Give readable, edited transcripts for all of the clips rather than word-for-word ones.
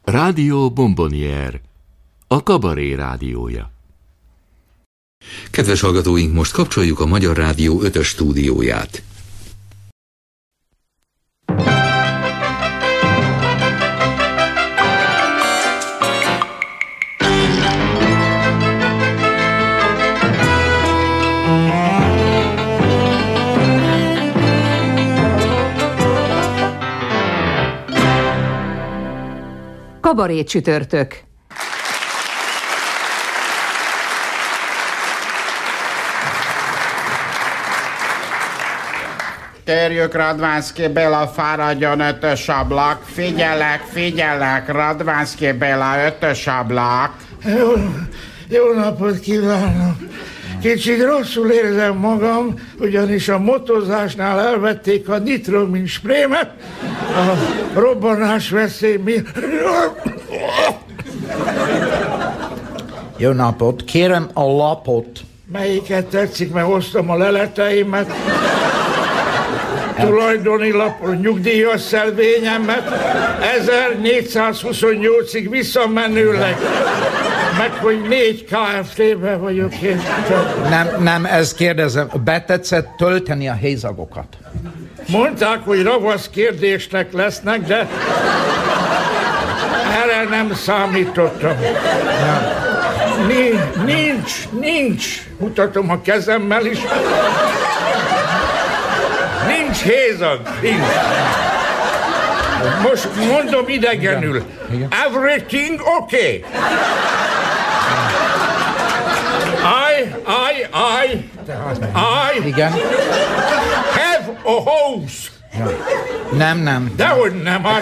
Rádió Bombonier, a kabaré rádiója. Kedves hallgatóink, most kapcsoljuk a Magyar Rádió 5-ös stúdióját. Kabaré csütörtök. Kérjük Radvánszky Béla, fáradjon 5-ös ablak. Figyelek, Radvánszky Béla, 5-ös ablak. Jó napot kívánok! Kicsit rosszul érzem magam, ugyanis a motozásnál elvették a nitromin sprémet, a robbanás veszély miatt. Jó napot, kérem a lapot. Melyiket tetszik, mert hoztam a leleteimet, tulajdoni lapot, nyugdíjas szelvényemet, 1428-ig visszamenőleg, meg hogy 4 Kft-ben vagyok én. Nem, ezt kérdezem, betetszett tölteni a hézagokat? Mondták, hogy ravasz kérdésnek lesznek, de erre nem számítottam. Nincs. Mutatom a kezemmel is. Nincs hézag, nincs. Most mondom idegenül. Everything okay. I Igen. have a house. Nem. Dehogy nem, hát.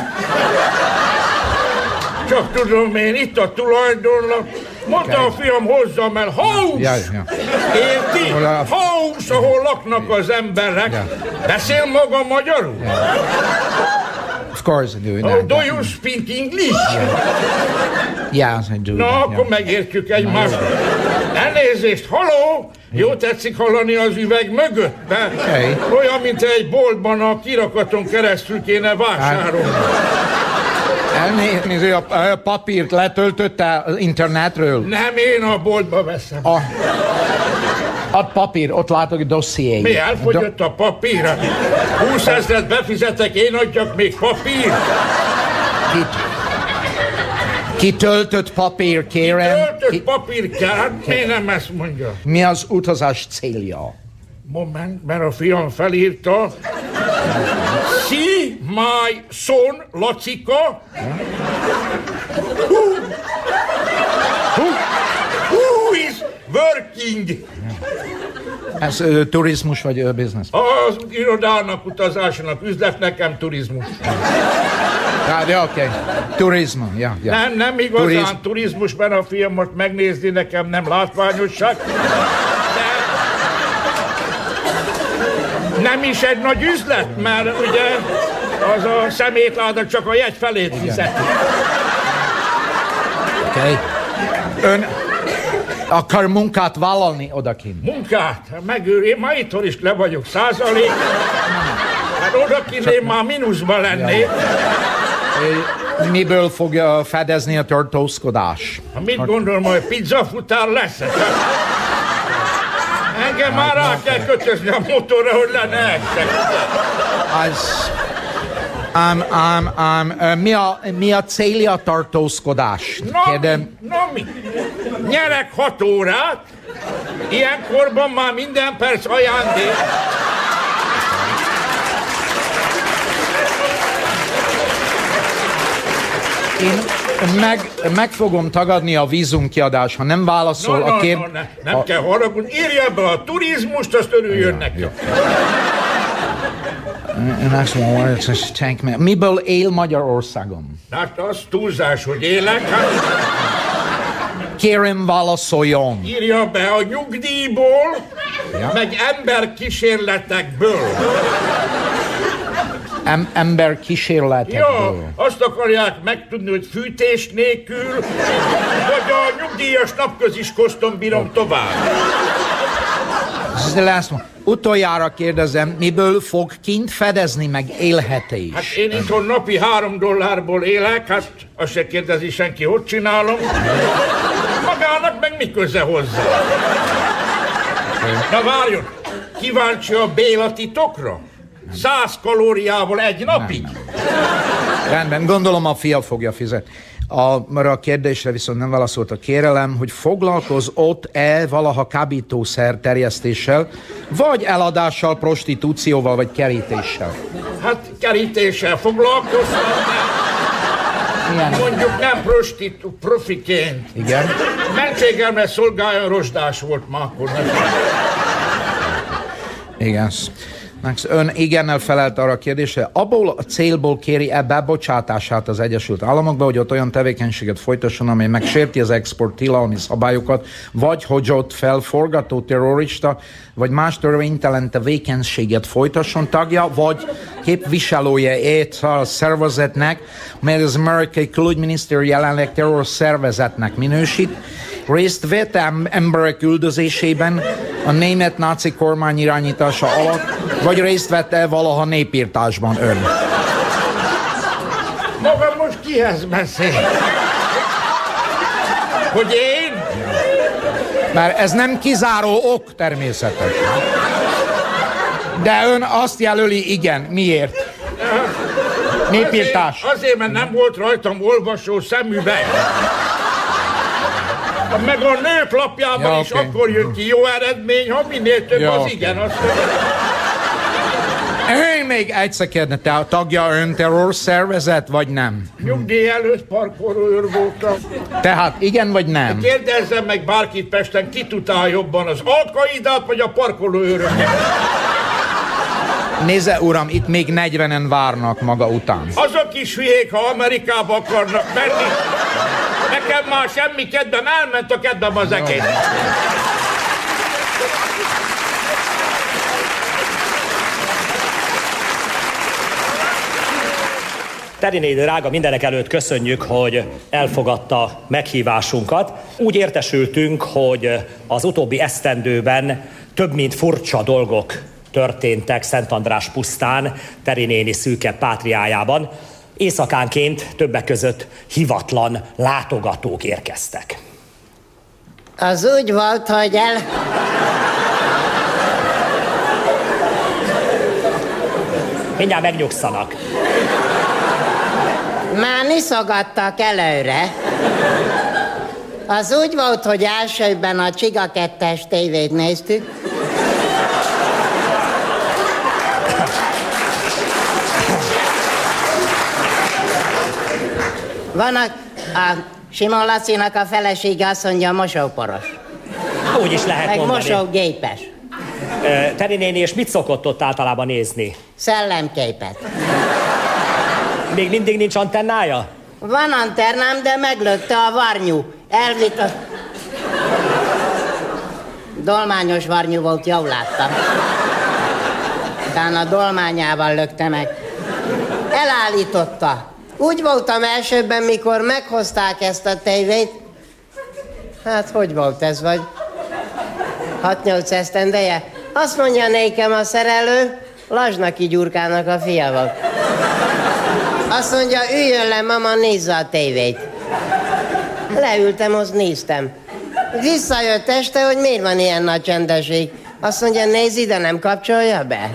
Csak tudom én, itt a tulajdonlap. Mondta a fiam, hozzam el, house! Érti? House, ahol laknak az emberek. Beszél maga magyarul? Of course I do. Do you speak English? Yes, I do. Na, akkor megértjük egymást. Elnézést, halló? Jó tetszik hallani az üveg mögött, de olyan, mint egy boltban a kirakaton keresztül kéne vásárolni. Elnézést, a papírt letöltötte az internetről? Nem, én a boltba veszem. A papír, ott látok a dosszié. Mi, elfogyott a papír? 20 000 befizetek, én adjak még papírt? Kitöltött papír, kérem. Kitöltött papír kell? Miért nem ezt mondja? Mi az utazás célja? Moment, mert a fiam felírta. See my son, Lacika. Who is working? Ez turizmus vagy business? Az irodának, utazásnak, üzlet, nekem turizmus. Oké. Turizmus, Nem igazán turizmus, mert a fiam most megnézni, nekem nem látványosság. Nem is egy nagy üzlet, mert ugye az a szemétláda csak a jegy felét fizeti. Oké. Ön akar munkát vállalni odakint? Munkát? Én ma itthon is le vagyok 100%. Hát odakint én már mínuszban lennék. Miből fogja fedezni a tartózkodás? Mit gondol, majd pizzafutár lesz? Engem már rá kell kötözni a motorra, hogy le ne estek. Mi a célja a tartózkodás? Na mi? Nyerek 6 órát, ilyenkorban már minden perc ajándék. Én meg fogom tagadni a vízumkiadást, ha nem válaszol a kérdésre. Nem kell haragudni, írja be a turizmust, azt örüljön neki. Miből él Magyarországon? Hát az túlzás, hogy élek. Kérem, válaszoljon. Írja be a nyugdíjból, meg emberkísérletekből. Emberkísérletekből. Ja, azt akarják megtudni, hogy fűtés nélkül, vagy a nyugdíjas napközis koszton bírom tovább. This is the last one. Utoljára kérdezem, miből fog kint fedezni meg élhetést? Hát én itthon napi $3 élek, hát azt se kérdezi senki, hogy csinálom. Magának meg mi köze hozzá? Na várjon, kíváncsi a Béla titokra? 100 kalóriával egy napig? Rendben, gondolom a fia fogja fizetni. A kérdésre viszont nem válaszolta. Kérelem, hogy foglalkozott-e valaha kábítószer terjesztéssel, vagy eladással, prostitúcióval, vagy kerítéssel? Hát kerítéssel foglalkoztam, mondjuk nem profiként. Igen? Mentségemre szolgáljon, rozsdás volt ma akkor. Igen. Max, ön igennel felelt arra a kérdésre, abból a célból kéri-e bebocsátását az Egyesült Államokba, hogy ott olyan tevékenységet folytasson, amely megsérti az export tilalmi szabályokat, vagy hogy ott felforgató terrorista, vagy más törvénytelen tevékenységet folytasson, tagja, vagy képviselője a szervezetnek, mely az amerikai külügyminiszter jelenleg terror szervezetnek minősít, részt vett emberek üldözésében a német náci kormány irányítása alatt, vagy részt vett-e valaha népírtásban ön? Maga most kihez beszél? Hogy én? Mert ez nem kizáró ok természetesen. De ön azt jelöli, igen. Miért? Népírtás. Azért, mert nem volt rajtam olvasó szemüveg. Meg a nők lapjában is akkor jön ki jó eredmény, ha minél több az igen. Azt Ön még egyszer kérdne, te a tagja ön terrorszervezet, vagy nem? Nyugdíj előtt parkolóőr voltam. Tehát igen, vagy nem? Kérdezzem meg bárkit Pesten, ki tudál jobban, az Al-Qaidát, vagy a parkolóőröket? Nézze, uram, itt még 40-en várnak maga után. Azok is hülyék, ha Amerikába akarnak menni. Nekem már semmi kedvem, elment a kedvem az egész. Teri néni drága, mindenek előtt köszönjük, hogy elfogadta meghívásunkat. Úgy értesültünk, hogy az utóbbi esztendőben több mint furcsa dolgok történtek Szentandrás pusztán, Teri néni szűke pátriájában. Éjszakánként többek között hivatlan látogatók érkeztek. Az úgy volt, hogy Mindjárt megnyugszanak. Már niszogattak előre. Az úgy volt, hogy elsőben a Csiga 2-es tévét néztük. Vannak a Simon Lacinak a felesége azt mondja, mosóporos. Úgy is lehet meg mondani. mosógépes. Teri néni, és mit szokott ott általában nézni? Szellemképet. Még mindig nincs antennája? Van antennám, de meglökte a varnyú. Elvitt a... Dolmányos varnyú volt, jól láttam. Utána a dolmányával lökte meg. Elállította. Úgy voltam elsőbben, mikor meghozták ezt a tévét. Hát, hogy volt ez, vagy 6-8 esztendeje? Azt mondja nékem a szerelő, Lazsnaki Gyurkának a fia volt. Azt mondja, üljön le, mama, nézze a tévét. Leültem, azt néztem. Visszajött este, hogy miért van ilyen nagy csendesség. Azt mondja, nézd ide, nem kapcsolja be.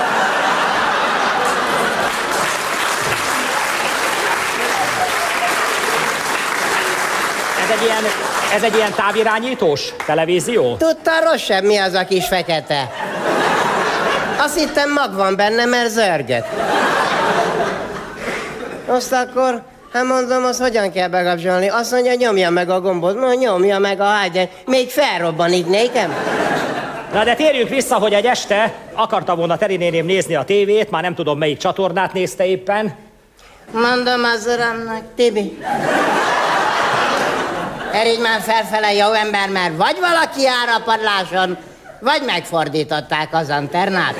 Ez egy ilyen távirányítós televízió? Tudta, rossz sem, mi az a kis fekete. Azt hittem, mag van benne, mert zörgött. Azt akkor, hát mondom, azt hogyan kell bekapcsolni? Azt mondja, nyomja meg a gombot. No, nyomja meg a hágyen. Még felrobbanik nékem. Na de térjünk vissza, hogy egy este akarta volna Teri néném nézni a tévét, már nem tudom, melyik csatornát nézte éppen. Mondom az uramnak, Tibi. Eredj már felfele, jó ember, mert vagy valaki jár a padláson, vagy megfordították az antennát.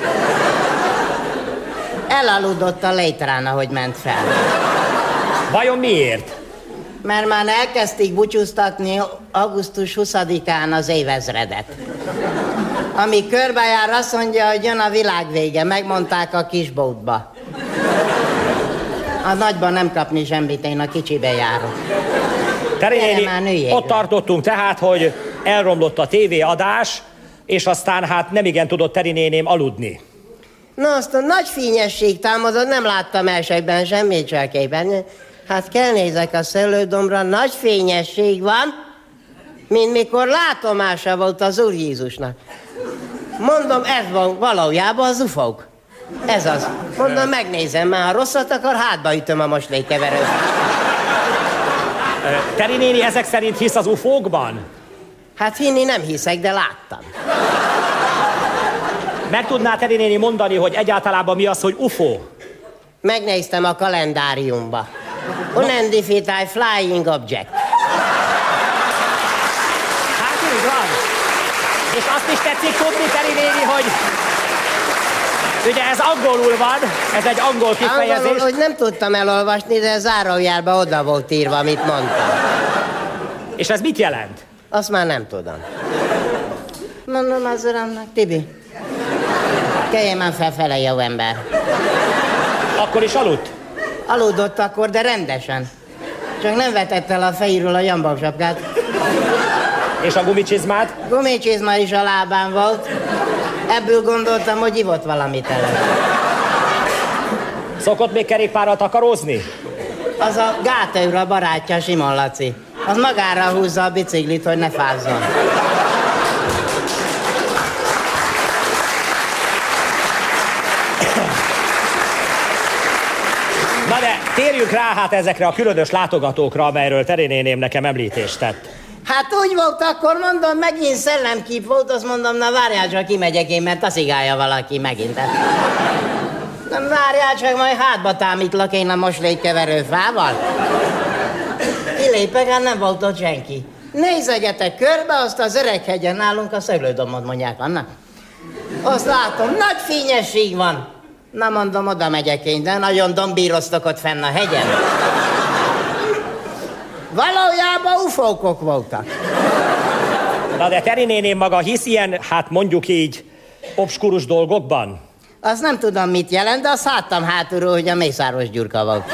Elaludott a létrán, ahogy ment fel. Vajon miért? Mert már elkezdték búcsúztatni augusztus 20-án az évezredet. Ami körbejár, azt mondja, hogy jön a világ vége. Megmondták a kisboltba. A nagyban nem kapni semmit, én a kicsibe járok. Terinéni, ott tartottunk tehát, hogy elromlott a tévéadás, és aztán hát nemigen tudott Teri néném aludni. Na, azt a nagy fényesség támadott, nem láttam elsőben semmit csak képen. Hát kell nézek a szőlődombra, nagy fényesség van, mint mikor látomása volt az Úr Jézusnak. Mondom, ez van valójában az ufók. Ez az. Mondom, megnézem, már ha rosszat akar, hátba ütöm a moslékkeverőt. Teri néni ezek szerint hisz az ufókban? Hát hinni nem hiszek, de láttam. Meg tudná Teri néni mondani, hogy egyáltalán mi az, hogy UFO? Megnéztem a kalendáriumba. Unidentified flying object. Hát így van. És azt is tetszik tudni, Teri néni, hogy ugye ez angolul van, ez egy angol kifejezés. Angolul, hogy nem tudtam elolvasni, de zárójelben oda volt írva, amit mondtam. És ez mit jelent? Azt már nem tudom. Mondom az uramnak, Tibi, keljen már felfele, jó ember. Akkor is aludt? Aludott akkor, de rendesen. Csak nem vetett el a fejéről a jambak-sapkát. És a gumicsizmát? Gumicsizma is a lábán volt. Ebből gondoltam, hogy ivott valamit előtt. Szokott még kerékpárral takarózni? Az a gátőr, a barátja, Simon Laci. Az magára húzza a biciklit, hogy ne fázzon. Na de térjünk rá hát ezekre a különös látogatókra, amelyről Teri néném nekem említést tett. Hát úgy volt, akkor mondom, megint szellemkép volt, azt mondom, na várjál csak, kimegyek én, mert taszigálja valaki megint. Na várjál csak, majd hátba támítlak én a moslékkeverő fával. Kilépek, hát nem volt ott senki. Nézzegetek körbe, azt az Öreghegyen nálunk a szőlődomot mondják annak. Azt látom, nagy fényesség van. Na mondom, oda megyek én, de nagyon dombíroztok ott fenn a hegyen. Valójában ufókok voltak. Na de Teri néném maga hisz ilyen, hát mondjuk így, obskurus dolgokban? Azt nem tudom, mit jelent, de azt láttam hátulról, hogy a Mészáros Gyurka volt.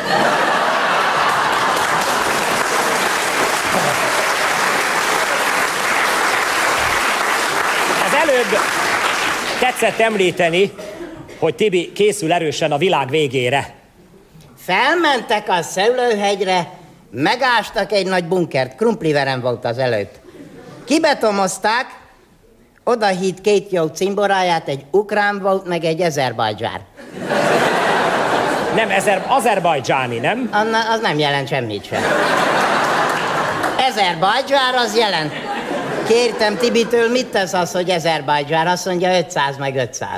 Az előbb tetszett említeni, hogy Tibi készül erősen a világ végére. Felmentek a Szőlőhegyre, megástak egy nagy bunkert, krumpliverem volt az előtt. Kibetomozták, oda hitt két jó cimboráját, egy ukrán volt, meg egy azerbajdzsán. Nem, azerbajdzsáni, nem? Az nem jelent semmit sem. Azerbajdzsán az jelent. Kértem Tibitől, mit tesz az, hogy Azerbajdzsán? Azt mondja 500 meg 500.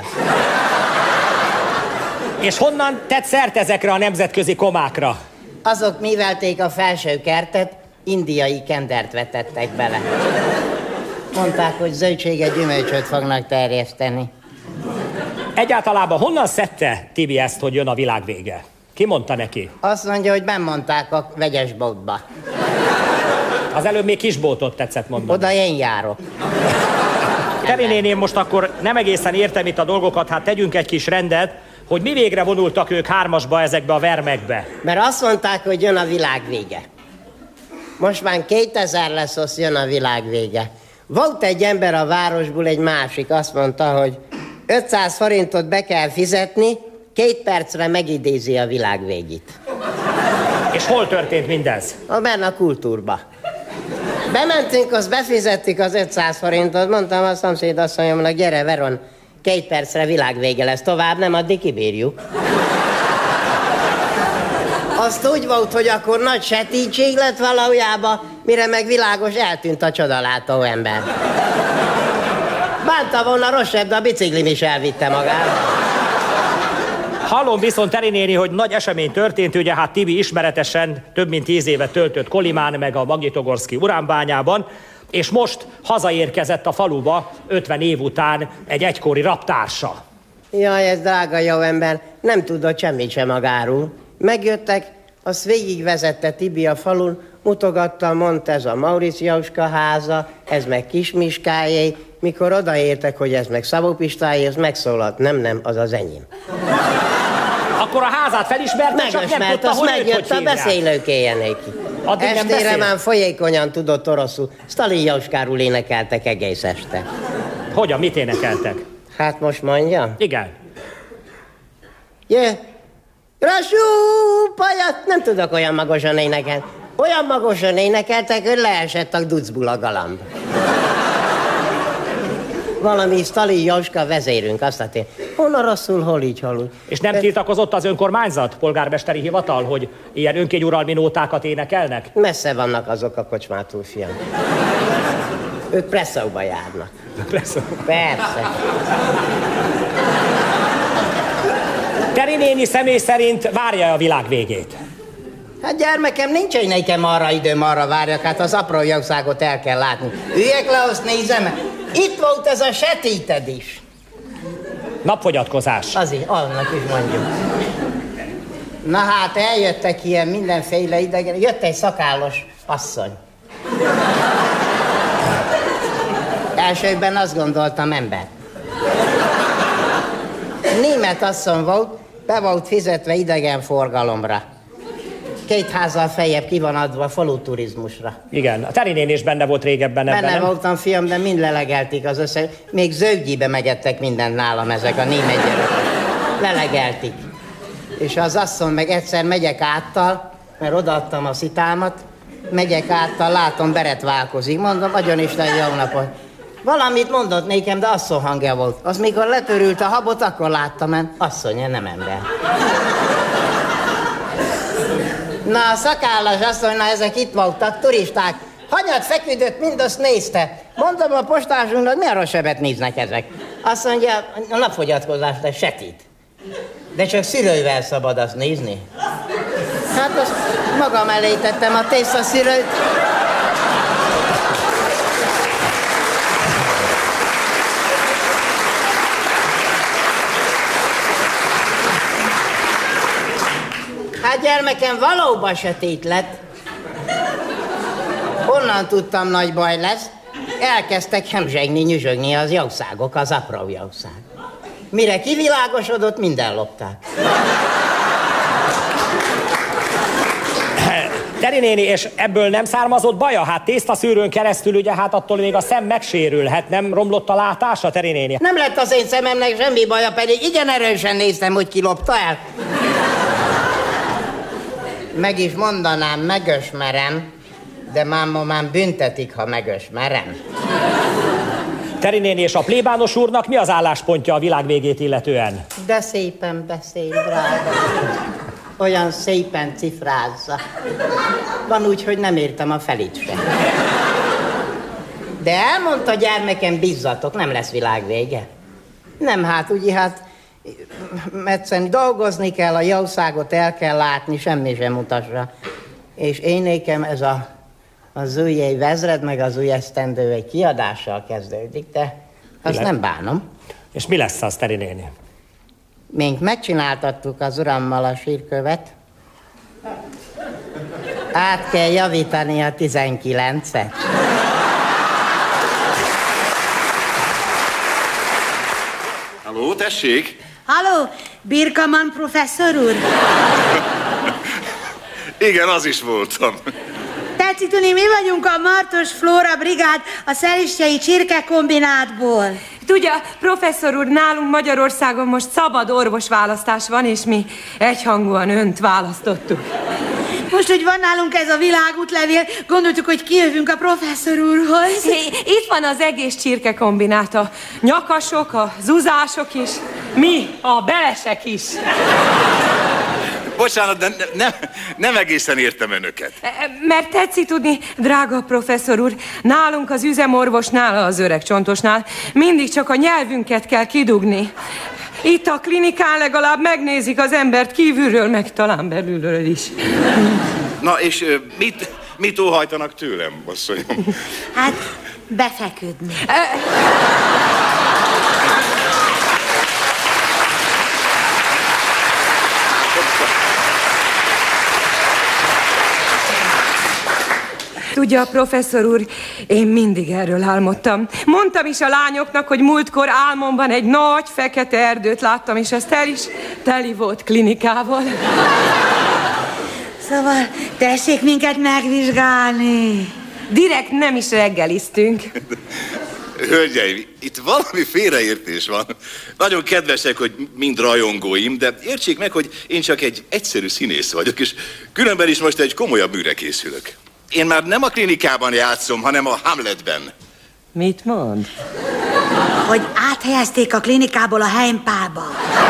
És honnan tett szert ezekre a nemzetközi komákra? Azok művelték a felső kertet, indiai kendert vetettek bele. Mondták, hogy zöldséget, gyümölcsöt fognak terjeszteni. Egyáltalában honnan szedte Tibi ezt, hogy jön a világ vége? Ki mondta neki? Azt mondja, hogy benn mondták a vegyesboltba. Az előbb még kisboltot tetszett mondani. Oda én járok. Teri néném, most akkor nem egészen értem itt a dolgokat, hát tegyünk egy kis rendet, hogy mi végre vonultak ők hármasba ezekbe a vermekbe. Mert azt mondták, hogy jön a világ vége. Most már 2000 lesz, az jön a világ vége. Volt egy ember a városból, egy másik, azt mondta, hogy 500 forintot be kell fizetni, 2 percre megidézi a világ végét. És hol történt mindez? Benne a kultúrba. Bementünk, azt befizettük az 500 forintot, mondtam a szomszédasszonyomnak, gyere Veron, 2 percre világvége lesz, tovább nem, addig kibírjuk. Azt úgy volt, hogy akkor nagy setítség lett valójában, mire meg világos eltűnt a csodalátó ember. Bánta volna rosszabb, de a biciklim is elvitte magát. Hallom viszont Teri néni, hogy nagy esemény történt, ugye hát Tibi ismeretesen több mint 10 évet töltött Kolimán meg a Magnitogorszki uránbányában, és most hazaérkezett a faluba 50 év után egy egykori raptársa. Jaj, ez drága jó ember, nem tudott semmit sem magáról. Megjöttek, azt végigvezette Tibi a falun, mutogatta, mondta, ez a Maurice Jóska háza, ez meg Kismiskájé, Mikor odaértek, hogy ez meg Szabó Pistáé, az megszólalt. Nem, az az enyém. Akkor a házát felismerte, csak nem tudta, azt hogy megjött hogy a beszélőkéje neki. Estére már folyékonyan tudott oroszul. Sztalin Jauskáról énekeltek egész este. Hogyan, mit énekeltek? Hát most mondja? Igen. Rassú, pajat! Nem tudok olyan magosan énekelni. Olyan magosan énekeltek, hogy leesett a ducból a galamb. Valami Sztalin Jauska vezérünk, azt a tény. Hol rosszul, hol így, hol úgy. És nem tiltakozott az önkormányzat, polgármesteri hivatal, hogy ilyen önkényuralmi nótákat énekelnek? Messze vannak azok a kocsmától, fiam. Ők Presszóba járnak. Persze. Teri néni személy szerint várja a világ végét. Hát gyermekem, nincs egy nekem arra időm, arra várjak, hát az apró jószágot el kell látni. Üljek le, azt nézem. Itt volt ez a setéted is. Napfogyatkozás. Azért, annak is mondjuk. Na hát, eljöttek ilyen mindenféle idegen. Jött egy szakállos asszony. Elsőben azt gondoltam, ember. Német asszony volt, be volt fizetve idegenforgalomra. 2 házzal feljebb ki van adva faluturizmusra. Igen, a Teri néni is benne volt régebben ebben, Benne voltam, fiam, de mind lelegelték az összes. Még zöldgyibe megettek mindent nálam ezek a német gyerekek. Lelegelték. És az asszony meg egyszer megyek áttal, mert odaadtam a szitámat, megyek áttal, látom, beretválkozik. Mondom, nagyon Isten, jó napot. Valamit mondott nékem, de asszony hangja volt. Az mikor letörült a habot, akkor láttam, asszony, nem ember. Na, a szakállas asszony, na ezek itt voltak, turisták. Hanyat feküdött, mind azt nézte. Mondom a postásunknak, mi arra sebet néznek ezek? Azt mondja, a napfogyatkozás, de setít. De csak szülővel szabad azt nézni. Hát azt magam elé tettem a tésztaszülőt. Hát gyermekem, valóban sötét lett. Honnan tudtam, nagy baj lesz? Elkezdtek hemzsegni, nyüzsögni az jószágok, az apró jószág. Mire kivilágosodott, minden lopták. Teri néni, és ebből nem származott baja? Hát tésztaszűrőn keresztül, ugye, hát attól még a szem megsérülhet. Nem romlott a látása, Teri néni? Nem lett az én szememnek semmi baja, pedig igen erősen néztem, hogy kilopta el. Meg is mondanám, megösmerem, de már büntetik, ha megösmerem. Teri néni, és a plébános úrnak mi az álláspontja a világ végét illetően? De szépen beszél, drága. Olyan szépen cifrázza. Van úgy, hogy nem értem a felét sem. De elmondta, gyermekem, bízzatok, nem lesz világ vége. Nem, hát ugye, hát egyszerűen dolgozni kell, a jószágot el kell látni, semmi sem mutasra. És én nékem ez az új évezred, meg az új esztendő egy kiadással kezdődik, de azt nem bánom. És mi lesz az, Teri néni? Mink megcsináltattuk az urammal a sírkövet, át kell javítani a 19-et. Halló, tessék? Halló, Birkaman professzor úr? Igen, az is voltam. Tetszik tudni, mi vagyunk a Martos Flóra Brigád a Szelistjei csirkekombinátból. Tudja, professzor úr, nálunk Magyarországon most szabad orvosválasztás van, és mi egyhangúan önt választottuk. Most, hogy van nálunk ez a világútlevél, gondoltuk, hogy kijövünk a professzor úrhoz. Itt van az egész csirkekombinát, a nyakasok, a zuzások is, mi, a belesek is. Bocsánat, de nem egészen értem önöket. Mert tetszik tudni, drága professzor úr, nálunk az üzemorvosnál, az öreg csontosnál mindig csak a nyelvünket kell kidugni. Itt a klinikán legalább megnézik az embert kívülről, meg talán belülről is. Na, és mit óhajtanak tőlem, asszonyom? Hát, befeküdni. Tudja, professzor úr, én mindig erről álmodtam. Mondtam is a lányoknak, hogy múltkor álmomban egy nagy fekete erdőt láttam, és ez teli volt klinikával. Szóval tessék minket megvizsgálni. Direkt nem is reggeliztünk. Hölgyeim, itt valami félreértés van. Nagyon kedvesek, hogy mind rajongóim, de értsék meg, hogy én csak egy egyszerű színész vagyok, és különben is most egy komolyabb műre készülök. Én már nem a klinikában játszom, hanem a Hamletben. Mit mond? Hogy áthelyezték a klinikából a Heimpálba.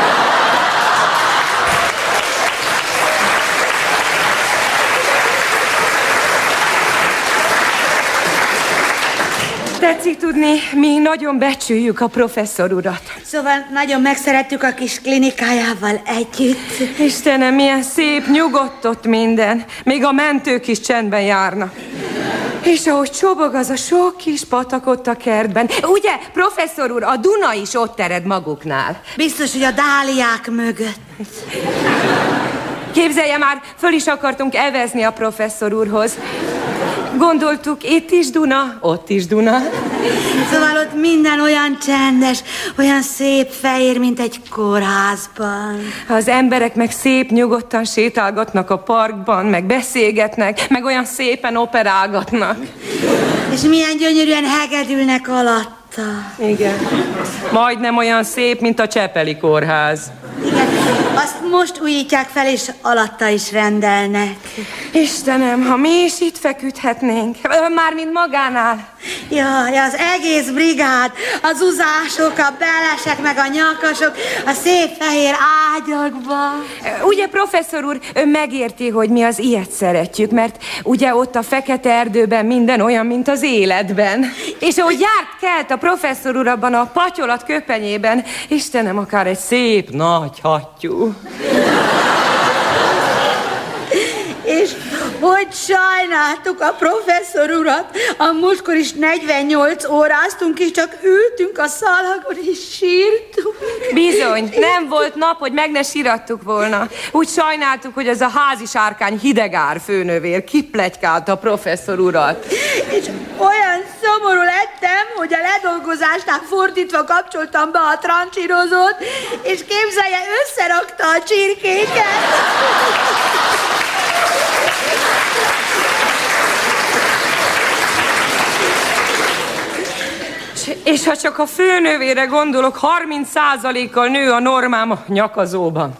Tetszik tudni, mi nagyon becsüljük a professzor urat. Szóval nagyon megszerettük a kis klinikájával együtt. Istenem, milyen szép, nyugodt ott minden. Még a mentők is csendben járnak. És ahogy csobog az a sok kis patak ott a kertben. Ugye, professzor úr, a Duna is ott ered maguknál. Biztos, hogy a dáliák mögött. Képzelje már, föl is akartunk evezni a professzor úrhoz. Gondoltuk, itt is Duna, ott is Duna. Szóval ott minden olyan csendes, olyan szép fehér, mint egy kórházban. Az emberek meg szép nyugodtan sétálgatnak a parkban, meg beszélgetnek, meg olyan szépen operálgatnak. És milyen gyönyörűen hegedülnek alatta. Igen. Majdnem olyan szép, mint a Csepeli kórház. Igen, azt most újítják fel, és alatta is rendelnek. Istenem, ha mi is itt feküdhetnénk. Mármint magánál. Jaj, az egész brigád, az uzások, a belesek, meg a nyakasok, a szép fehér ágyakban. Ugye, professzor úr, ön megérti, hogy mi az ilyet szeretjük, mert ugye ott a fekete erdőben minden olyan, mint az életben. És ahogy járt kelt a professzor úr abban a patyolat köpenyében, Istenem, akár egy szép nagy hattyú. És hogy sajnáltuk a professzor urat, a múltkor is 48 óráztunk, és csak ültünk a szalagon, és sírtunk. Bizony, nem volt nap, hogy meg ne sírattuk volna. Úgy sajnáltuk, hogy ez a házi sárkány hidegár főnövér kipletykált a professzor urat. És olyan szomorú lettem, hogy a ledolgozásnál fordítva kapcsoltam be a trancsírozót, és képzelje, összerakta a csirkéket. És ha csak a főnövére gondolok, 30%-kal nő a normám a nyakazóban.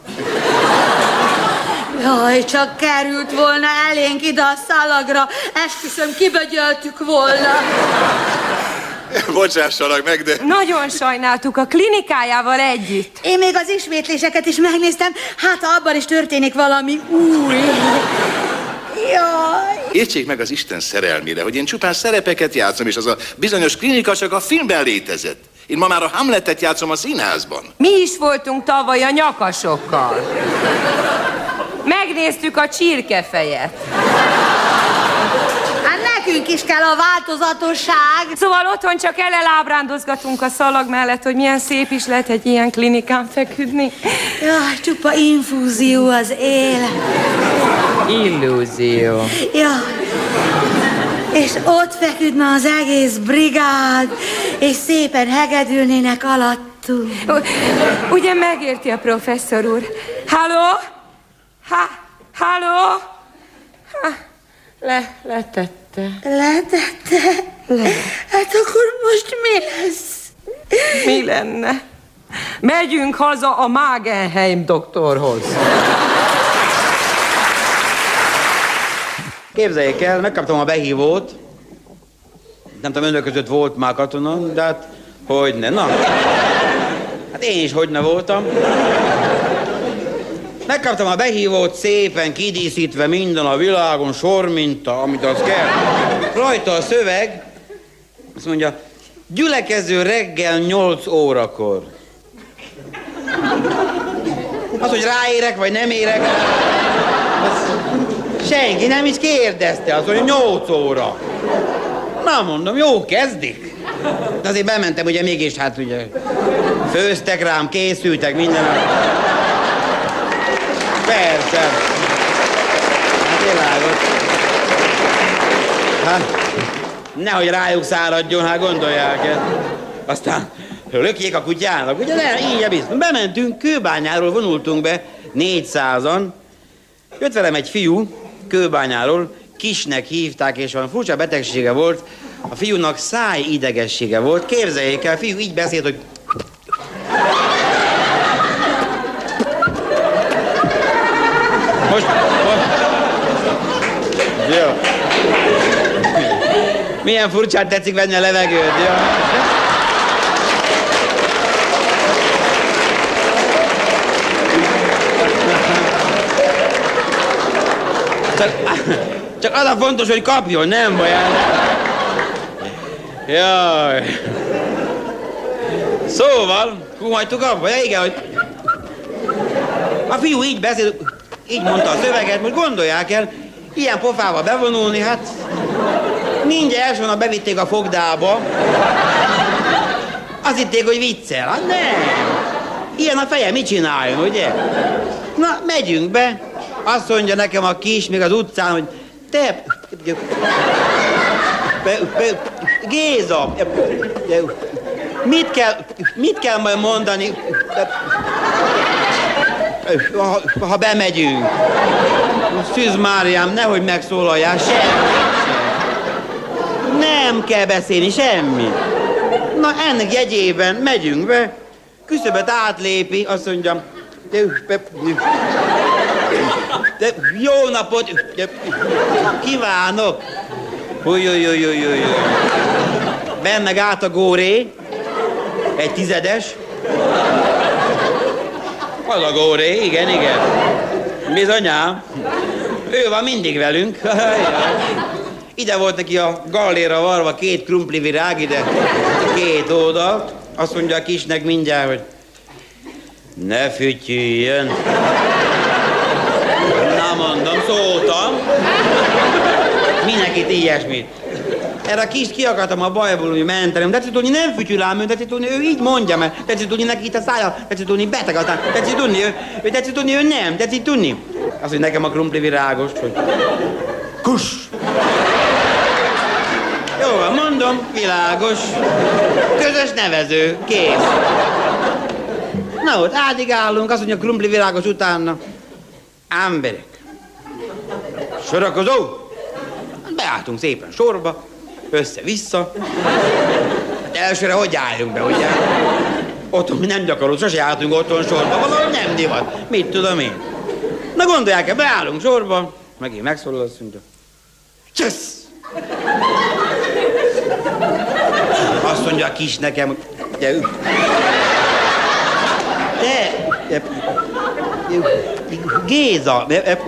Jaj, csak került volna elénk ide a szalagra, esküszöm, kibögyöltük volna. Bocsássanak meg, de... Nagyon sajnáltuk a klinikájával együtt. Én még az ismétléseket is megnéztem, hát ha abban is történik valami új. Jaj. Értsék meg az Isten szerelmére, hogy én csupán szerepeket játszom, és az a bizonyos klinika csak a filmben létezett. Én ma már a Hamletet játszom a színházban. Mi is voltunk tavaly a nyakasokkal. Megnéztük a csirkefejet. Hát nekünk is kell a változatosság. Szóval otthon csak elelábrándozgatunk a szalag mellett, hogy milyen szép is lehet egy ilyen klinikán feküdni. Jaj, csupa infúzió az élet. Illúzió. Jaj. És ott feküdne az egész brigád, és szépen hegedülnének alattunk. Ugye megérti a professzor úr? Halló? Halló? Letette. Letette? Hát akkor most mi lesz? Mi lenne? Megyünk haza a Magenheim doktorhoz. Képzeljék el, megkaptam a behívót. Nem tudom, önök között volt már katona, de hát hogyne, na. Hát én is hogyne voltam. Megkaptam a behívót szépen kidíszítve minden a világon, sorminta, amit az kell. Rajta a szöveg, azt mondja, gyülekező reggel 8 órakor. Az, hogy ráérek, vagy nem érek, senki nem is kérdezte, azt mondja, 8 óra. Na mondom, jó, kezdik. De azért bementem, ugye mégis, hát ugye, főztek rám, készültek minden. Persze. Hát világos. Hát, nehogy rájuk száradjon, hát gondolják el. Aztán lökjék a kutyának, ugye ne, így biztos. Bementünk, Kőbányáról vonultunk be, 400-an. Jött velem egy fiú, Kőbányáról, Kisnek hívták, és van furcsa betegsége volt. A fiúnak szájidegessége volt. Képzeljék el, fiú így beszélt, hogy... Most... Jó. Milyen furcsán tetszik venni a levegőt, jó? Csak az a fontos, hogy kapjon, nem baj. Jaj. Szóval, hagytuk abba, ja, igen, hogy... A fiú így beszél, így mondta a szöveget, most gondolják el, ilyen pofával bevonulni, hát... Mindjárt első nap bevitték a fogdába. Azt hitték, hogy viccel. Hát nem. Ilyen a feje, mit csináljon, ugye? Na, megyünk be. Azt mondja nekem a Kis, még az utcán, hogy te... Géza, mit kell majd mondani, ha bemegyünk? Szűz Máriám, nehogy megszólaljál, semmi. Nem kell beszélni, semmi. Na, ennek jegyében megyünk be, küszöbet átlépi, azt mondja, jó napot kívánok. Ben meg át a góré, egy 10-es. Az a góré, igen. Bizonyám. Ő van mindig velünk. Ide volt neki a galléra varva 2 krumplivirág, ide 2 oldalt. Azt mondja a Kisnek mindjárt, hogy ne fütyüljön. Na mondom, szóltam. Mindenkit ilyesmit. Erre a Kist ki akartam a bajból, hogy mentem. Tetszik tudni, nem fütyül ám, tetszik tudni, ő így mondja, mert tetszik tudni neki itt a szája, tetszik tudni beteg, aztán tetszik tudni, ő nem, tetszik tudni. Azt, hogy nekem a krumplivirágost, hogy kus! Jó van, mondom, világos. Közös nevező, kész. Na ott átigálunk, azt mondja, krumplivirágos utána. Emberek. Sorakozó. Beálltunk szépen sorba, össze-vissza. Elsőre hogy álljunk be, ugye? Otthon mi nem gyakorlunk, sose álltunk otthon sorba, valahogy nem divat. Mit tudom én? Na gondolják-e, beállunk sorba, megint megszólal, azt mondja. Csössz! Azt mondja a Kis nekem, hogy te Géza,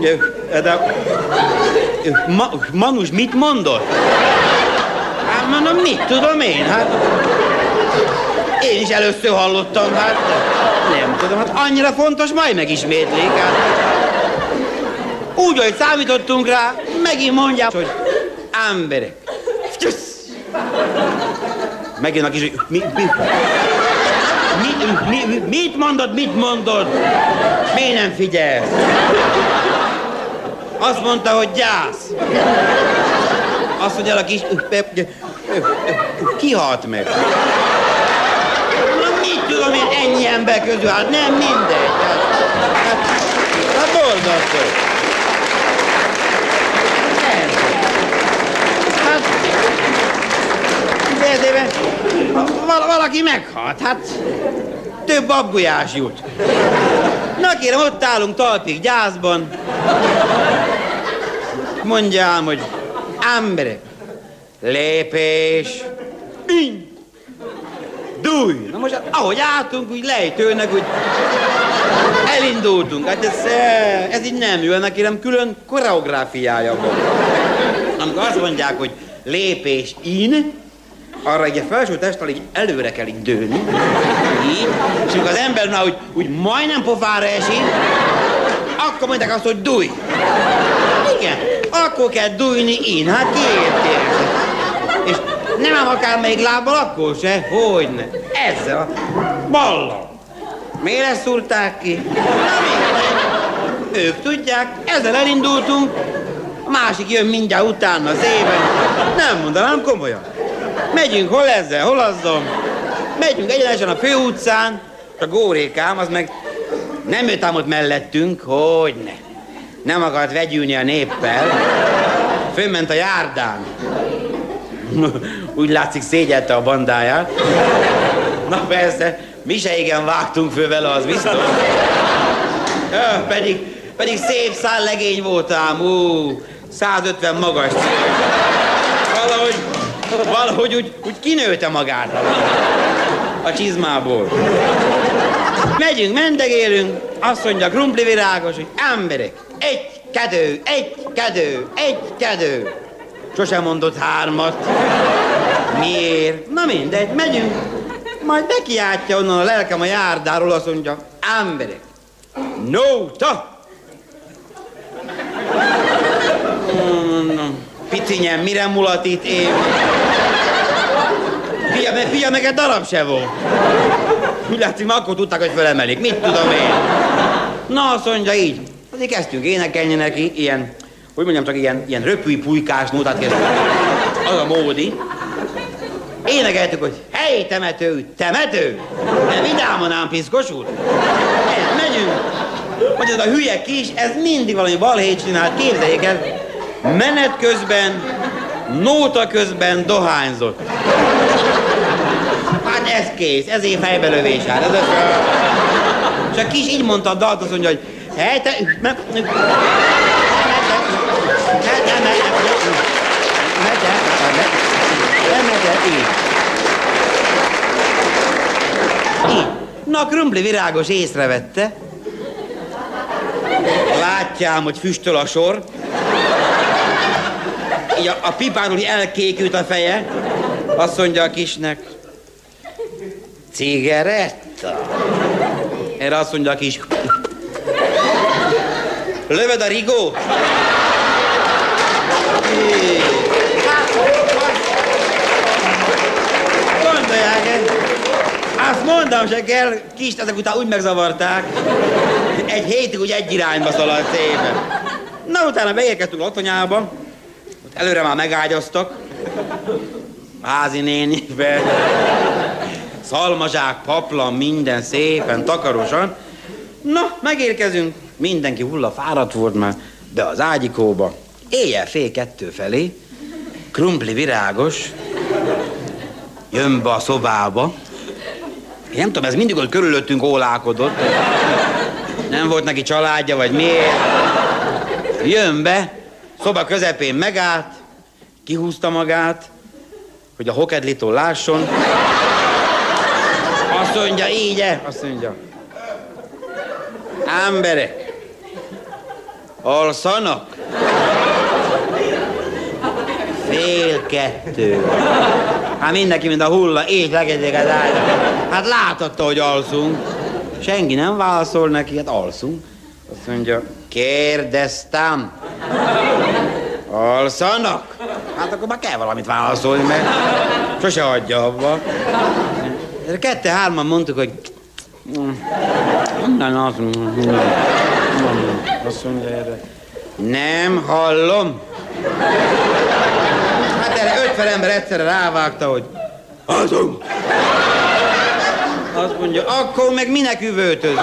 Manus mit mondott? Hát mondom, mit tudom én, hát én is először hallottam, hát nem tudom, hát annyira fontos, majd megismétlik, hát. Úgy, hogy számítottunk rá, megint mondják, hogy emberek. Megint a Kis, hogy mit mondod? Miért nem figyelsz? Azt mondta, hogy gyász. Azt mondja a Kis, kihalt meg. Na mit tudom én ennyi ember közül, hát nem mindegy. Hát borzasztó. Valaki meghalt, hát több babgulyás jut. Na kérem, ott állunk talpig gyászban. Mondjám, hogy emberek, lépés, dúj. Na most, ahogy álltunk, úgy lejtőnek, úgy elindultunk. Hát ez így nem jó, ennek kérem külön koreográfiája van. Amikor azt mondják, hogy lépés in, arra így a felső testtel így előre kell így dőlni, így, és amikor az ember már úgy majdnem pofára esik, akkor mondják azt, hogy dúj. Igen, akkor kell dújni in, hát kiérték. És nem ám akármelyik lábbal, akkor se, hogyne. Ezzel a ballal. Miért szúrták ki? Na, ők tudják, ezzel elindultunk, másik jön mindjárt utána szépen. Nem mondanám komolyan. Megyünk hol ezzel, hol azzal. Megyünk egyenesen a főutcán, a górékám az meg nem jött ám ott mellettünk, hogyne. Nem akart vegyülni a néppel. Fönment a járdán. Úgy látszik, szégyelte a bandáját. Na persze, mi se igen vágtunk föl vele, az biztos. Pedig szép szállegény voltám, 150 magas. Valahogy úgy kinőtte magát a csizmából. Megyünk, mendegélünk, azt mondja Krumpli Virágos, hogy emberek, egy kedő. Sosem mondott 3-at. Miért? Na mindegy, megyünk. Majd bekiáltja onnan a lelkem a járdáról, azt mondja, emberek, nóta! Picinyem, mire mulat itt én? Fia, meg egy darab se volt. Úgy látszik, már akkor tudták, hogy fölemelik. Mit tudom én? Na, azt mondja így. Azért kezdtünk énekelni neki, ilyen, hogy mondjam, csak ilyen röpüi pulykás nótát kezdtünk. Az a módi. Énekeltük, hogy hely, temető! De vidáman ám, piszkos úr. Megyünk. Hogy ez a hülye kis, ez mindig valami balhét csinált, képzeljék el. Menet közben, nóta közben dohányzott. Hát ez kész, ezért fejbelövés áll. És a kis így mondta a dalt, azt mondja, hogy hely, te... Így. Na, Krumpli Virágos észrevette. Látjám, hogy füstöl a sor. Így a pipáról elkékült a feje. Azt mondja a kisnek, cigaretta. Erre azt mondja a kis, lövöd a rigót? Gondolják el. Azt mondom se kell, kist ezek után úgy megzavarták. Egy hétig úgy egy irányba szaladt szépen. Na, utána beérkeztünk a otthonyába. Ott előre már megágyaztak. Házi nénibe. Szalmazsák, paplan, minden szépen, takarosan. Na, megérkezünk. Mindenki hullafáradt volt már be az ágyikóba. Éjjel 1:30 felé. Krumpli Virágos jön be a szobába. Én nem tudom, ez mindig ott körülöttünk ólálkodott. Nem volt neki családja, vagy miért. Jön be, szoba közepén megállt, kihúzta magát, hogy a hokedlitól lásson. Azt mondja, így-e? Azt mondja, emberek, alszanak? 1:30. Hát mindenki, mint a hulla, így legedik az ágyra. Hát láthatta, hogy alszunk. Senki nem válaszol neki, hát alszunk. Azt mondja, kérdeztem. Alszanak? Hát akkor már kell valamit válaszolni, mert sose hagyja abba. 2-3-an mondtuk, hogy... Azt mondja erre, nem hallom. Hát erre 50 ember egyszerre rávágta, hogy azon. Azt mondja, akkor meg minek üvöltözni?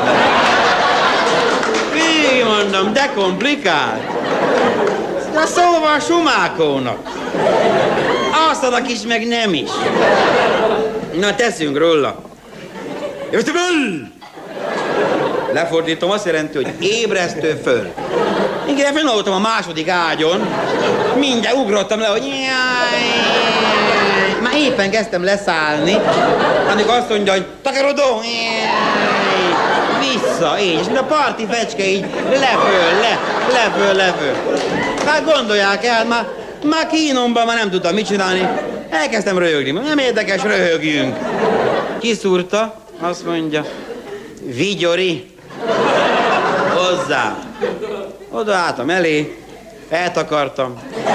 Végig mondom, de komplikált. Na szóval sumákónak. Alszanak is, meg nem is. Na teszünk róla. Jöttök föl! Lefordítom, azt jelenti, hogy ébresztő föl. Igen, fennállottam a második ágyon. Mindjárt ugrottam le, hogy... Már éppen kezdtem leszállni, amikor azt mondja, hogy takarodó! Vissza, így, és mint a parti fecske így leföl. Hát gondolják el, már kínomban már nem tudtam mit csinálni. Elkezdtem röhögni, nem érdekes, röhögjünk. Kiszúrta, azt mondja, Vigyori, hozzá. Odaálltam elé, eltakartam.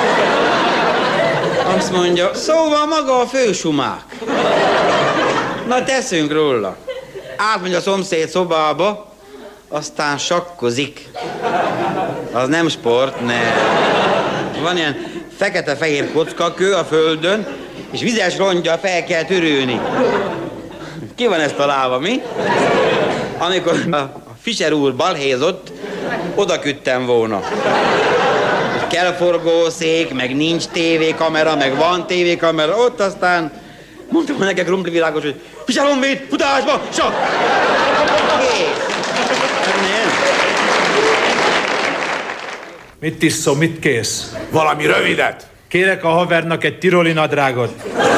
Azt mondja, szóval maga a fősumák. Na teszünk róla. Átmegy a szomszéd szobába, aztán sakkozik. Az nem sport, nem. Van ilyen fekete-fehér kockakő a földön, és vizes rongyal fel kell törülni. Ki van ezt találva, mi? Amikor a Fischer úr balhézott, oda küldtem volna. Kell forgószék, meg nincs tévékamera, meg van tévékamera, ott aztán mondtam neki Krumpli világos, hogy Fischer Honvéd, futásba, sok! Kész! Mit iszol, mit kész? Valami rövidet. Kérek a havernak egy tiroli nadrágot.